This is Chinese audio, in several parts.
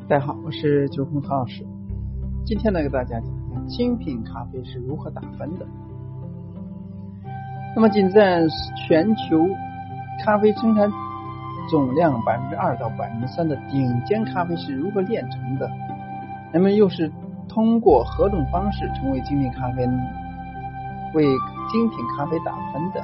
大家好，我是九峰何老师。今天呢，给大家讲讲精品咖啡是如何打分的。那么，仅占全球咖啡生产总量2%到3%的顶尖咖啡是如何炼成的？那么又是通过何种方式成为精品咖啡呢？为精品咖啡打分的？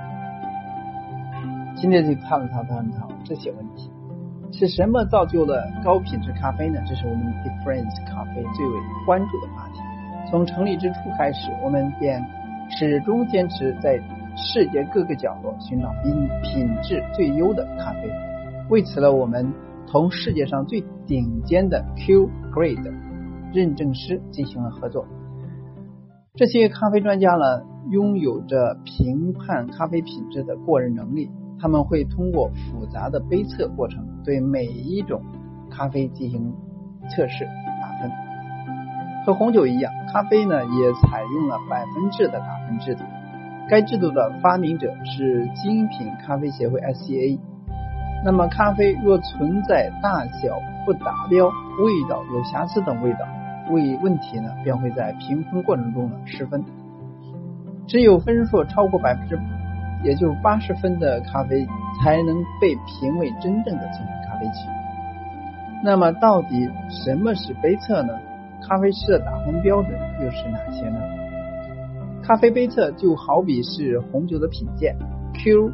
今天就探讨这些问题。是什么造就了高品质咖啡呢？这是我们 Difference 咖啡最为关注的话题。从成立之初开始，我们便始终坚持在世界各个角落寻找品质最优的咖啡。为此呢，我们同世界上最顶尖的 Q Grade 认证师进行了合作。这些咖啡专家呢，拥有着评判咖啡品质的过人能力。他们会通过复杂的杯测过程对每一种咖啡进行测试打分。和红酒一样，咖啡呢也采用了百分制的打分制度。该制度的发明者是精品咖啡协会 SCA。 那么咖啡若存在大小不达标、味道有瑕疵等问题呢，便会在评分过程中呢失分。只有分数超过也就是80分的咖啡才能被评为真正的精品咖啡机。那么到底什么是杯测呢？咖啡师的打分标准又是哪些呢？咖啡杯测就好比是红酒的品鉴。 Q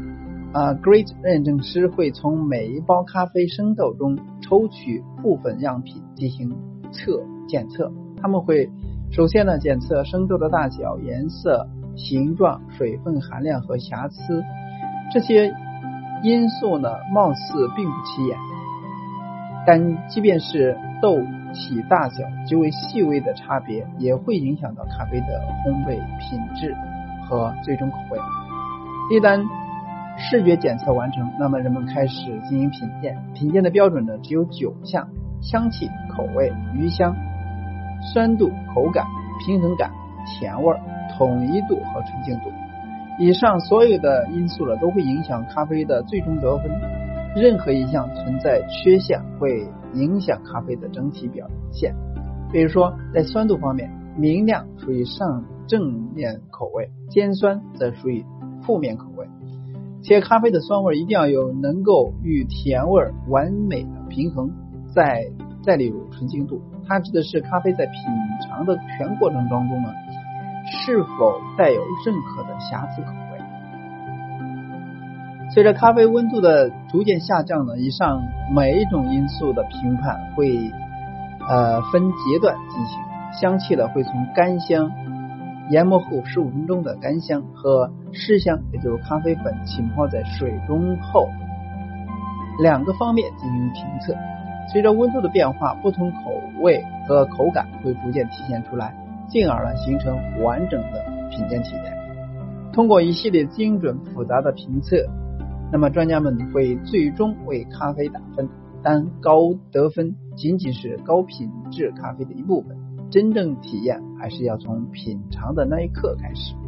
Grade 认证师会从每一包咖啡生豆中抽取部分样品进行检测。他们会首先呢检测生豆的大小、颜色、形状、水分含量和瑕疵。这些因素呢貌似并不起眼，但即便是豆体大小极为细微的差别，也会影响到咖啡的烘焙品质和最终口味。一旦视觉检测完成，那么人们开始进行品鉴。品鉴的标准呢只有9项：香气、口味、余香、酸度、口感、平衡感、甜味、统一度和纯净度。以上所有的因素呢都会影响咖啡的最终得分。任何一项存在缺陷会影响咖啡的整体表现。比如说在酸度方面，明亮属于正面口味，尖酸则属于负面口味。且咖啡的酸味一定要有能够与甜味完美的平衡。再例如纯净度，它指的是咖啡在品尝的全过程当中呢是否带有任何的瑕疵口味。随着咖啡温度的逐渐下降呢，以上每一种因素的评判会分阶段进行。香气呢会从干香、研磨后15分钟的干香和湿香，也就是咖啡粉浸泡在水中后2个方面进行评测。随着温度的变化，不同口味和口感会逐渐体现出来，进而呢形成完整的品鉴体验。通过一系列精准复杂的评测，那么专家们会最终为咖啡打分。但高得分仅仅是高品质咖啡的一部分，真正体验还是要从品尝的那一刻开始。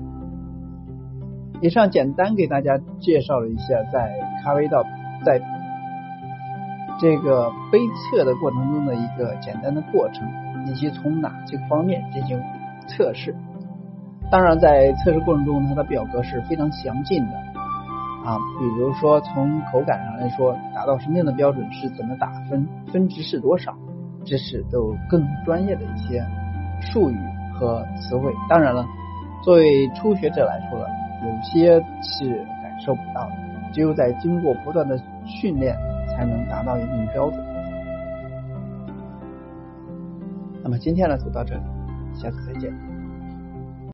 以上简单给大家介绍了一下在咖啡道在这个杯测的过程中的一个简单的过程，以及从哪些方面进行测试。当然在测试过程中它的表格是非常详尽的比如说从口感上来说，达到什么样的标准是怎么打分，分值是多少，这是都更专业的一些术语和词汇。当然了，作为初学者来说了，有些是感受不到的，只有在经过不断的训练才能达到一定标准。那么今天呢就到这里，下次再见。